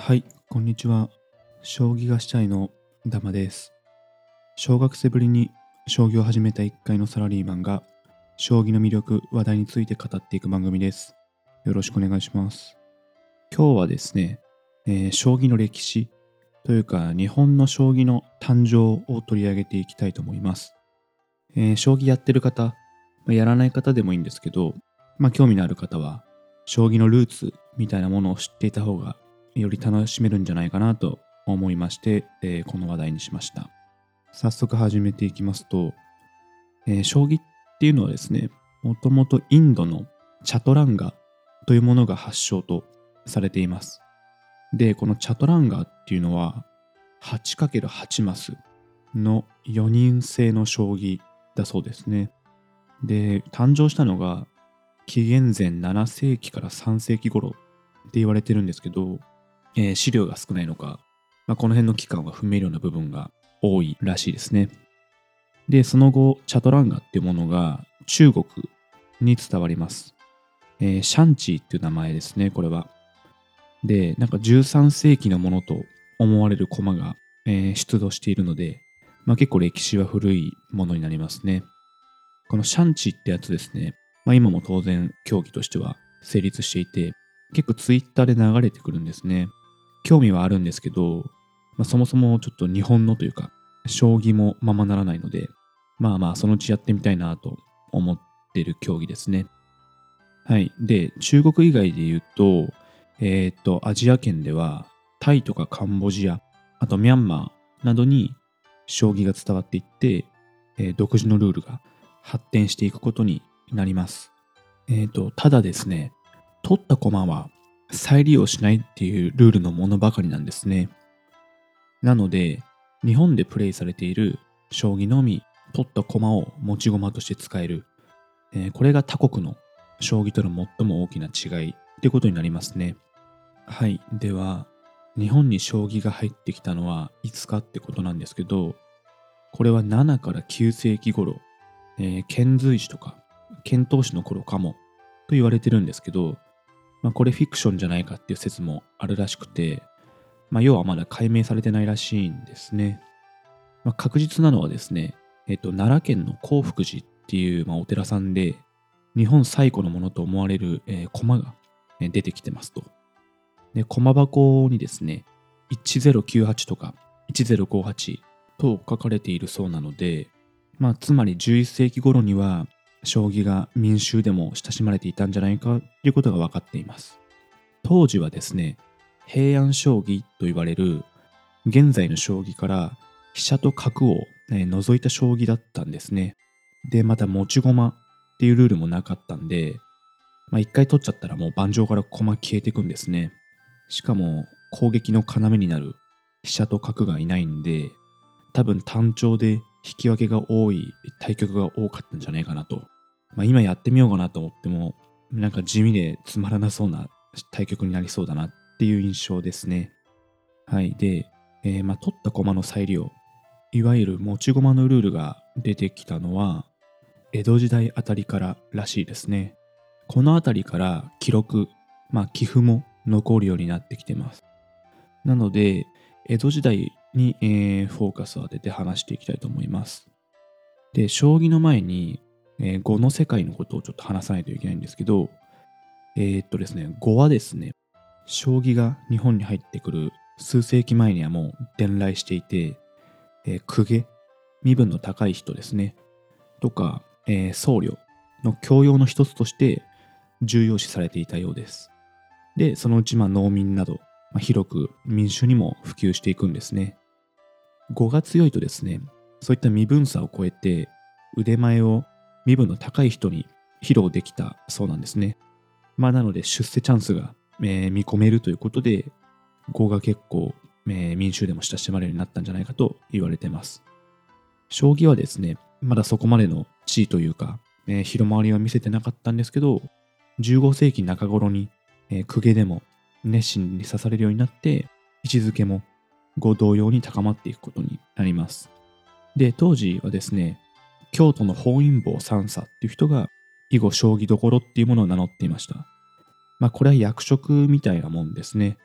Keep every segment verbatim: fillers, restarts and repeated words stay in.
はい、こんにちは。将棋がしたいのダマです。小学生ぶりに将棋を始めた一階のサラリーマンが、将棋の魅力、話題について語っていく番組です。よろしくお願いします。今日はですね、えー将棋の歴史というか、日本の将棋の誕生を取り上げていきたいと思います。えー将棋やってる方、まあやらない方でもいいんですけど、まあ、興味のある方は、将棋のルーツみたいなものを知っていた方が、より楽しめるんじゃないかなと思いまして、えーこの話題にしました。早速始めていきますと、えー将棋っていうのはですね、もともとインドのチャトランガというものが発祥とされています。で、このチャトランガっていうのは はちかけるはち マスのよにん制の将棋だそうですね。で、誕生したのが紀元前なな世紀からさん世紀頃って言われてるんですけど、えー資料が少ないのか、まあ、この辺の期間は不明瞭な部分が多いらしいですね。で、その後、チャトランガっていうものが中国に伝わります。えーシャンチーっていう名前ですね、これは。で、なんかじゅうさん世紀のものと思われる駒が、えー出土しているので、まあ、結構歴史は古いものになりますね。このシャンチーってやつですね、まあ、今も当然競技としては成立していて、結構ツイッターで流れてくるんですね。興味はあるんですけど、まあ、そもそもちょっと日本のというか、将棋もままならないので、まあまあそのうちやってみたいなと思っている競技ですね。はい。で、中国以外で言うと、えっと、アジア圏では、タイとかカンボジア、あとミャンマーなどに将棋が伝わっていって、えー独自のルールが発展していくことになります。えっと、ただですね、取った駒は再利用しないっていうルールのものばかりなんですね。なので、日本でプレイされている将棋のみ取った駒を持ち駒として使える。えーこれが他国の将棋との最も大きな違いってことになりますね。はい。では、日本に将棋が入ってきたのはいつかってことなんですけど、これはななからきゅう世紀頃、えー遣隋使とか遣唐使の頃かもと言われてるんですけど、まあ、これフィクションじゃないかっていう説もあるらしくて、まあ、要はまだ解明されてないらしいんですね。まあ、確実なのはですね、えっと、奈良県の興福寺っていう、まあ、お寺さんで、日本最古のものと思われる、えー駒が、えー出てきてますと。で、駒箱にですね、いちぜろきゅうはちとかいちぜろごはちと書かれているそうなので、まあ、つまりじゅういっ世紀頃には、将棋が民衆でも親しまれていたんじゃないかということが分かっています。当時はですね、平安将棋と言われる現在の将棋から飛車と角を、えー除いた将棋だったんですね。で、また持ち駒っていうルールもなかったんで、まあ一回取っちゃったらもう盤上から駒消えていくんですね。しかも攻撃の要になる飛車と角がいないんで、多分単調で引き分けが多い対局が多かったんじゃないかなと。まあ今やってみようかなと思っても、なんか地味でつまらなそうな対局になりそうだなっていう印象ですね。はい。で、えーまあ、取った駒の再利用、いわゆる持ち駒のルールが出てきたのは、江戸時代あたりかららしいですね。このあたりから記録、まあ、寄付も残るようになってきてます。なので、江戸時代に、えーフォーカスを当てて話していきたいと思います。で、将棋の前に、えー碁の世界のことをちょっと話さないといけないんですけど、えーっとですね、碁はですね、将棋が日本に入ってくる数世紀前にはもう伝来していて、えー公家、身分の高い人ですね、とか、えー僧侶の教養の一つとして重要視されていたようです。で、そのうちまあ農民など、まあ、広く民衆にも普及していくんですね。語が強いとですね、そういった身分差を超えて腕前を身分の高い人に披露できたそうなんですね。まあなので出世チャンスが、えー見込めるということで、語が結構、えー民衆でも親しまれるようになったんじゃないかと言われています。将棋はですね、まだそこまでの地位というか、えー広まりは見せてなかったんですけど、じゅうご世紀中頃に、えー公家でも熱心に指されるようになって、位置づけも碁同様に高まっていくことになります。で、当時はですね、京都の本因坊三佐っていう人が囲碁将棋どころっていうものを名乗っていました。まあこれは役職みたいなもんですね。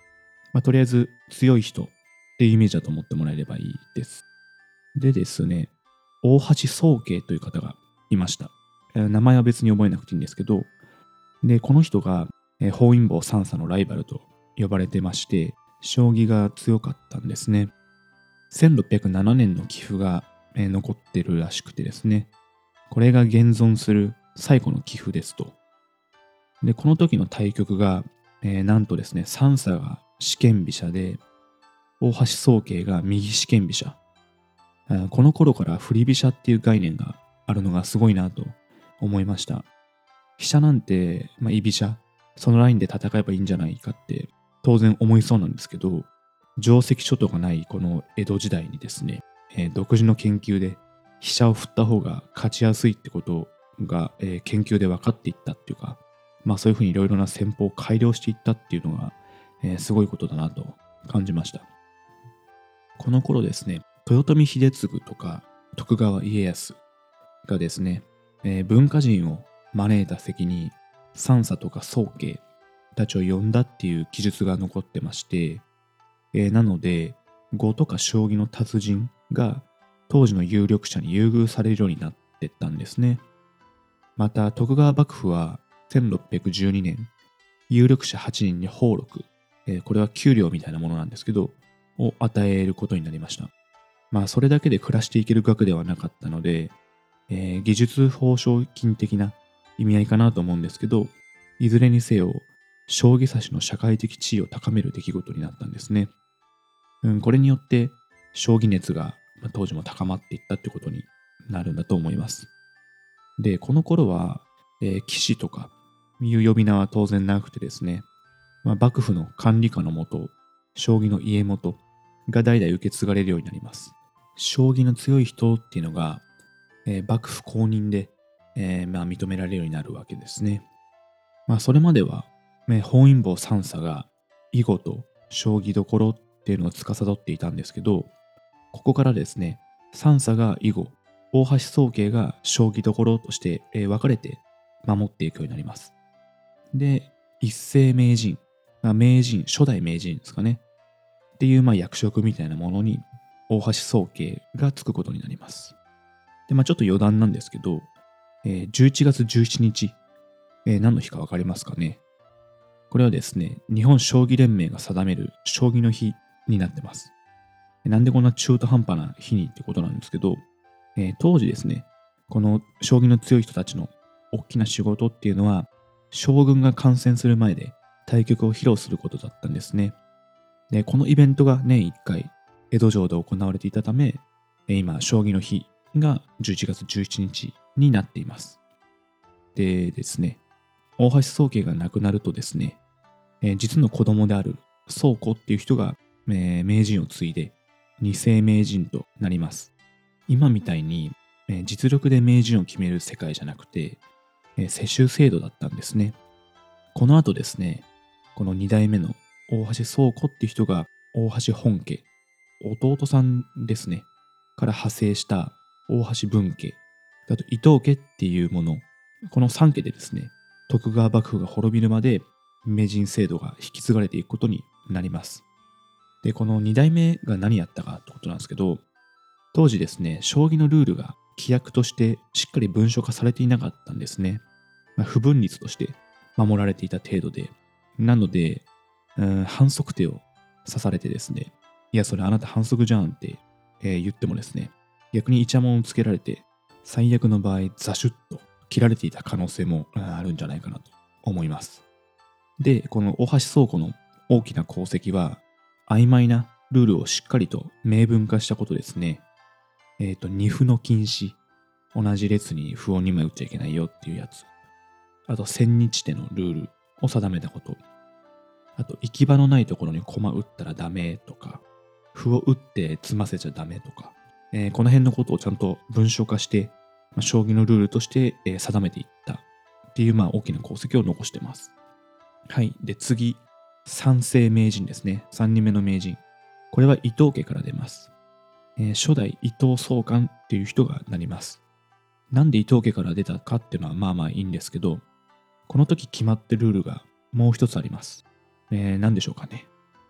まあ、とりあえず強い人っていうイメージだと思ってもらえればいいです。でですね、大橋宗慶という方がいました。えー名前は別に覚えなくていいんですけど、で、この人が、えー本因坊三佐のライバルと呼ばれてまして、将棋が強かったんですね。せんろっぴゃくななねんの棋譜が、えー残ってるらしくてですね、これが現存する最古の棋譜ですと。で、この時の対局が、えーなんとですね、三佐が四間飛車で、大橋宗慶が右四間飛車。あーこの頃から振り飛車っていう概念があるのがすごいなと思いました。飛車なんて、まあ、居飛車、そのラインで戦えばいいんじゃないかって当然思いそうなんですけど、定石書とかないこの江戸時代にですね、えー独自の研究で飛車を振った方が勝ちやすいってことが、えー研究で分かっていったっていうか、まあそういうふうにいろいろな戦法を改良していったっていうのが、えーすごいことだなと感じました。この頃ですね、豊臣秀次とか徳川家康がですね、えー文化人を招いた席に三佐とか宗家たちを呼んだっていう記述が残ってまして、えーなので碁とか将棋の達人が当時の有力者に優遇されるようになってったんですね。また徳川幕府はせんろっぴゃくじゅうにねん有力者はちにんに俸禄、えーこれは給料みたいなものなんですけどを与えることになりました。まあそれだけで暮らしていける額ではなかったので、えー技術報奨金的な意味合いかなと思うんですけど、いずれにせよ、将棋指しの社会的地位を高める出来事になったんですね。うん、これによって、将棋熱が、まあ当時も高まっていったってことになるんだと思います。で、この頃は、えー棋士とかいう呼び名は当然なくてですね、まあ、幕府の管理下のもと、将棋の家元が代々受け継がれるようになります。将棋の強い人っていうのが、えー幕府公認で、えーまあ、認められるようになるわけですね。まあ、それまでは、ね、本因坊三佐が囲碁と将棋どころっていうのを司っていたんですけど、ここからですね、三佐が囲碁、大橋宗慶が将棋どころとして、えー分かれて守っていくようになります。で、一世名人、まあ、名人、初代名人ですかね。っていうまあ役職みたいなものに大橋宗慶がつくことになります。で、まあちょっと余談なんですけど、えーじゅういちがつじゅうしちにち、えー何の日かわかりますかね。これはですね、日本将棋連盟が定める将棋の日になってます。なんでこんな中途半端な日にってことなんですけど、えー当時ですね、この将棋の強い人たちの大きな仕事っていうのは、将軍が観戦する前で対局を披露することだったんですね。で、このイベントが年いっかい、江戸城で行われていたため、えー今、将棋の日がじゅういちがつじゅうしちにちになっています。でですね、大橋宗慶が亡くなるとですね、えー実の子供である宗子っていう人が、えー名人を継いで二世名人となります。今みたいに、えー実力で名人を決める世界じゃなくて、えー世襲制度だったんですね。この後ですね、このに代目の大橋宗子っていう人が大橋本家、弟さんですね、から派生した大橋分家、あと伊藤家っていうもの、このさん家でですね、徳川幕府が滅びるまで名人制度が引き継がれていくことになります。で、このに代目が何やったかってことなんですけど、当時ですね、将棋のルールが規約としてしっかり文書化されていなかったんですね。まあ、不分律として守られていた程度で、なので、うん、反則手を指されてですね、いや、それあなた反則じゃんって、えー言ってもですね、逆にイチャモンをつけられて、最悪の場合、ザシュッと切られていた可能性もうんあるんじゃないかなと思います。で、この大橋倉庫の大きな功績は、曖昧なルールをしっかりと明文化したことですね。えっ、と、二歩の禁止。同じ列に歩をにまい打っちゃいけないよっていうやつ。あと、千日手のルールを定めたこと。あと、行き場のないところに駒打ったらダメとか、歩を打って詰ませちゃダメとか、えーこの辺のことをちゃんと文章化して、まあ、将棋のルールとして、えー定めていったっていう、まあ、大きな功績を残してます。はい。で、次、三世名人ですね。三人目の名人。これは伊藤家から出ます。えー初代伊藤宗観っていう人がなります。なんで伊藤家から出たかっていうのはまあまあいいんですけど、この時決まってルールがもう一つあります。えー、何でしょうかね。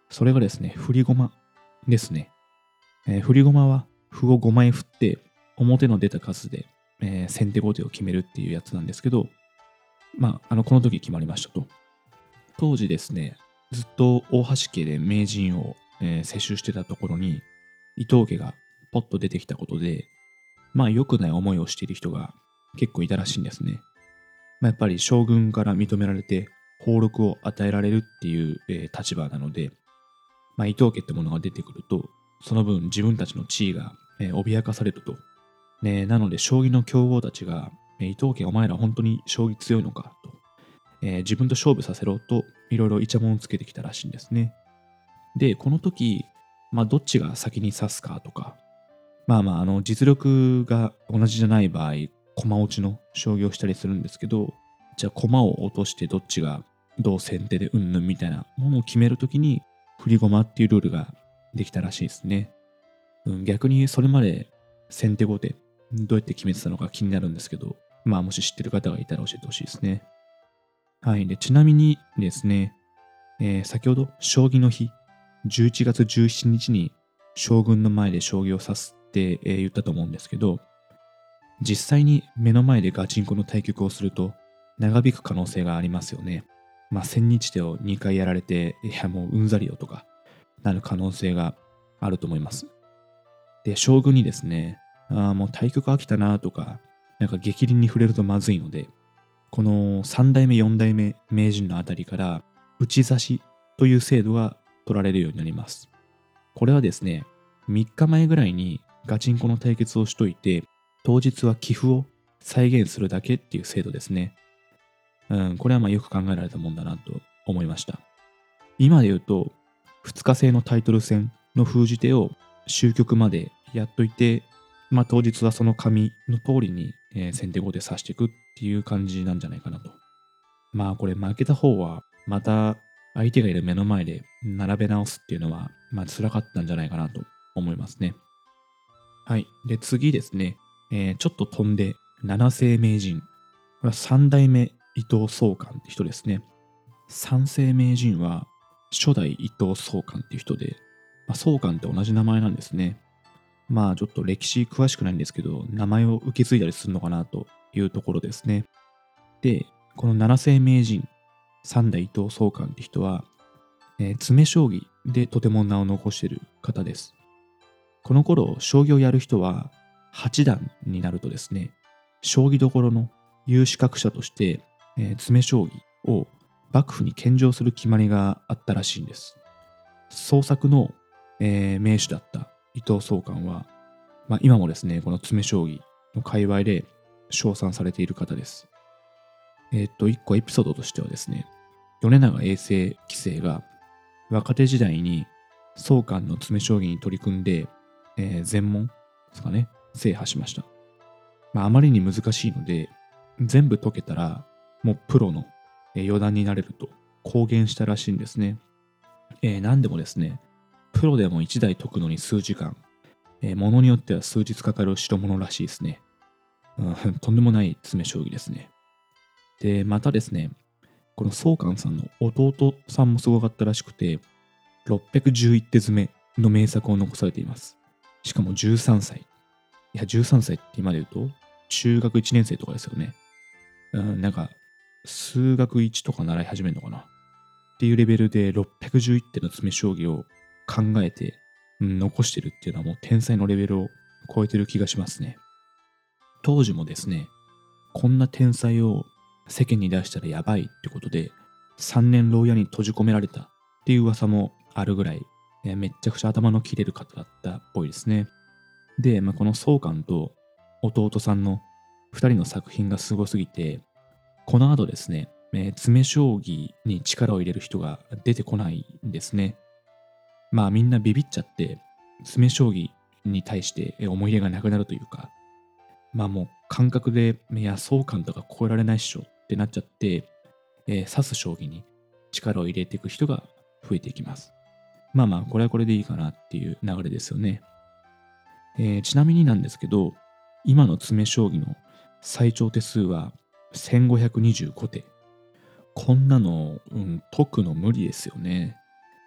それがですね、振り駒ですね。えー振り駒は歩をごまい振って、表の出た数で、えー先手後手を決めるっていうやつなんですけど、まあ、あの、この時決まりましたと。当時ですね、ずっと大橋家で名人を、えー世襲してたところに、伊藤家がポッと出てきたことで、まあ良くない思いをしている人が結構いたらしいんですね。まあ、やっぱり将軍から認められて俸禄を与えられるっていう、えー立場なので、まあ、伊藤家ってものが出てくると、その分自分たちの地位が、えー脅かされると。ね、なので将棋の強豪たちが、えー伊藤家お前ら本当に将棋強いのかと、えー自分と勝負させろといろいろイチャモンつけてきたらしいんですね。で、この時、まあ、どっちが先に指すかとか、まあまあ、あの、実力が同じじゃない場合、駒落ちの将棋をしたりするんですけど、じゃあ駒を落としてどっちがどう先手でうんぬんみたいなものを決めるときに、振り駒っていうルールができたらしいですね。うん、逆にそれまで先手後手、どうやって決めてたのか気になるんですけど、まあもし知ってる方がいたら教えてほしいですね。はい。で、ちなみにですね、えー先ほど将棋の日、じゅういちがつじゅうしちにちに将軍の前で将棋を指すって、えー言ったと思うんですけど、実際に目の前でガチンコの対局をすると長引く可能性がありますよね。まあ、千日手をにかいやられて、いやもううんざりよとかなる可能性があると思います。で、将軍にですね、ああ、もう対局飽きたなとか、なんか激鱗に触れるとまずいので、このさん代目、よん代目名人のあたりから打ち指しという制度が取られるようになります。これはですね、みっかまえぐらいにガチンコの対決をしといて、当日は棋譜を再現するだけっていう制度ですね。うん、これはまあよく考えられたもんだなと思いました。今で言うと、ふつか制のタイトル戦の封じ手を終局までやっといて、まあ当日はその紙の通りに、えー先手後手指していくっていう感じなんじゃないかなと。まあこれ負けた方は、また相手がいる目の前で並べ直すっていうのは、まあ辛かったんじゃないかなと思いますね。はい。で、次ですね。えーちょっと飛んで、七世名人。これは三代目伊藤宗観って人ですね。三世名人は初代伊藤宗観っていう人で、まあ、宗観って同じ名前なんですね。まあちょっと歴史詳しくないんですけど、名前を受け継いだりするのかなというところですね。で、この七世名人、三代伊藤宗観って人は、えー詰将棋でとても名を残している方です。この頃、将棋をやる人は、八段になるとですね、将棋どころの有資格者として、えー詰将棋を幕府に献上する決まりがあったらしいんです。創作の、えー名手だった伊藤宗観は、まあ、今もですね、この詰将棋の界隈で称賛されている方です。えーっと、一個エピソードとしてはですね、米長永世棋聖が若手時代に宗観の詰将棋に取り組んで、えー全問ですかね、制覇しました。まあ、あまりに難しいので、全部解けたら、もうプロのえー四段になれると公言したらしいんですね。えー何でもですね、プロでもいちだい解くのに数時間、えー、ものによっては数日かかる代物らしいですね。うん、とんでもない詰将棋ですね。で、またですね、この宗観さんの弟さんもすごかったらしくて、ろっぴゃくじゅういち手詰めの名作を残されています。しかもじゅうさんさい。いや、じゅうさんさいって今で言うと、中学いちねん生とかですよね。うん、なんか、数学いちとか習い始めるのかなっていうレベルでろっぴゃくじゅういち手の詰将棋を考えて、うん、残してるっていうのはもう天才のレベルを超えてる気がしますね。当時もですね、こんな天才を世間に出したらやばいってことで、さんねん牢屋に閉じ込められたっていう噂もあるぐらい、えーめっちゃくちゃ頭の切れる方だったっぽいですね。で、まあ、この宗観と弟さんのふたりの作品がすごすぎて、この後ですね、えー詰将棋に力を入れる人が出てこないんですね。まあみんなビビっちゃって、詰将棋に対してえー思い入れがなくなるというか、まあもう感覚で、いや、宗観とか超えられないっしょってなっちゃって、えー指す将棋に力を入れていく人が増えていきます。まあまあ、これはこれでいいかなっていう流れですよね。えーちなみになんですけど、今の詰将棋の最長手数はせんごひゃくにじゅうご手。こんなの、うん、解くの無理ですよね。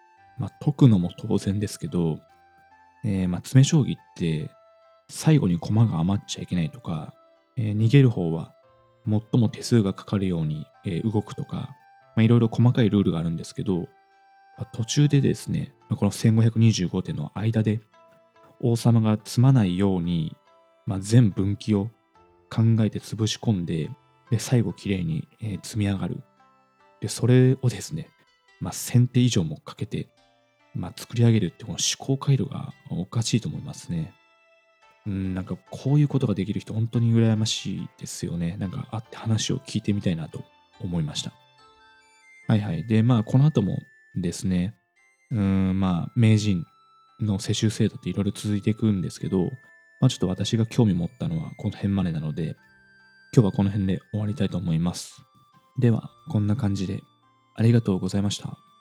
まあ、解くのも当然ですけど、えーまあ、詰将棋って最後に駒が余っちゃいけないとか、えー逃げる方は最も手数がかかるように、えー動くとか、まあ、いろいろ細かいルールがあるんですけど、まあ途中でですね、まあこのせんごひゃくにじゅうご手の間で王様が詰まないように、まあ、全分岐を考えて潰し込んで、で最後きれいに、えー積み上がる。で、それをですね、まあ、せん手以上もかけて、まあ、作り上げるってこの思考回路がおかしいと思いますね。うん、なんかこういうことができる人本当に羨ましいですよね。なんか会って話を聞いてみたいなと思いました。はいはい。で、まあこの後もですね、うーん、まあ名人の世襲制度っていろいろ続いていくんですけど、まあちょっと私が興味持ったのはこの辺までなので、今日はこの辺で終わりたいと思います。では、こんな感じでありがとうございました。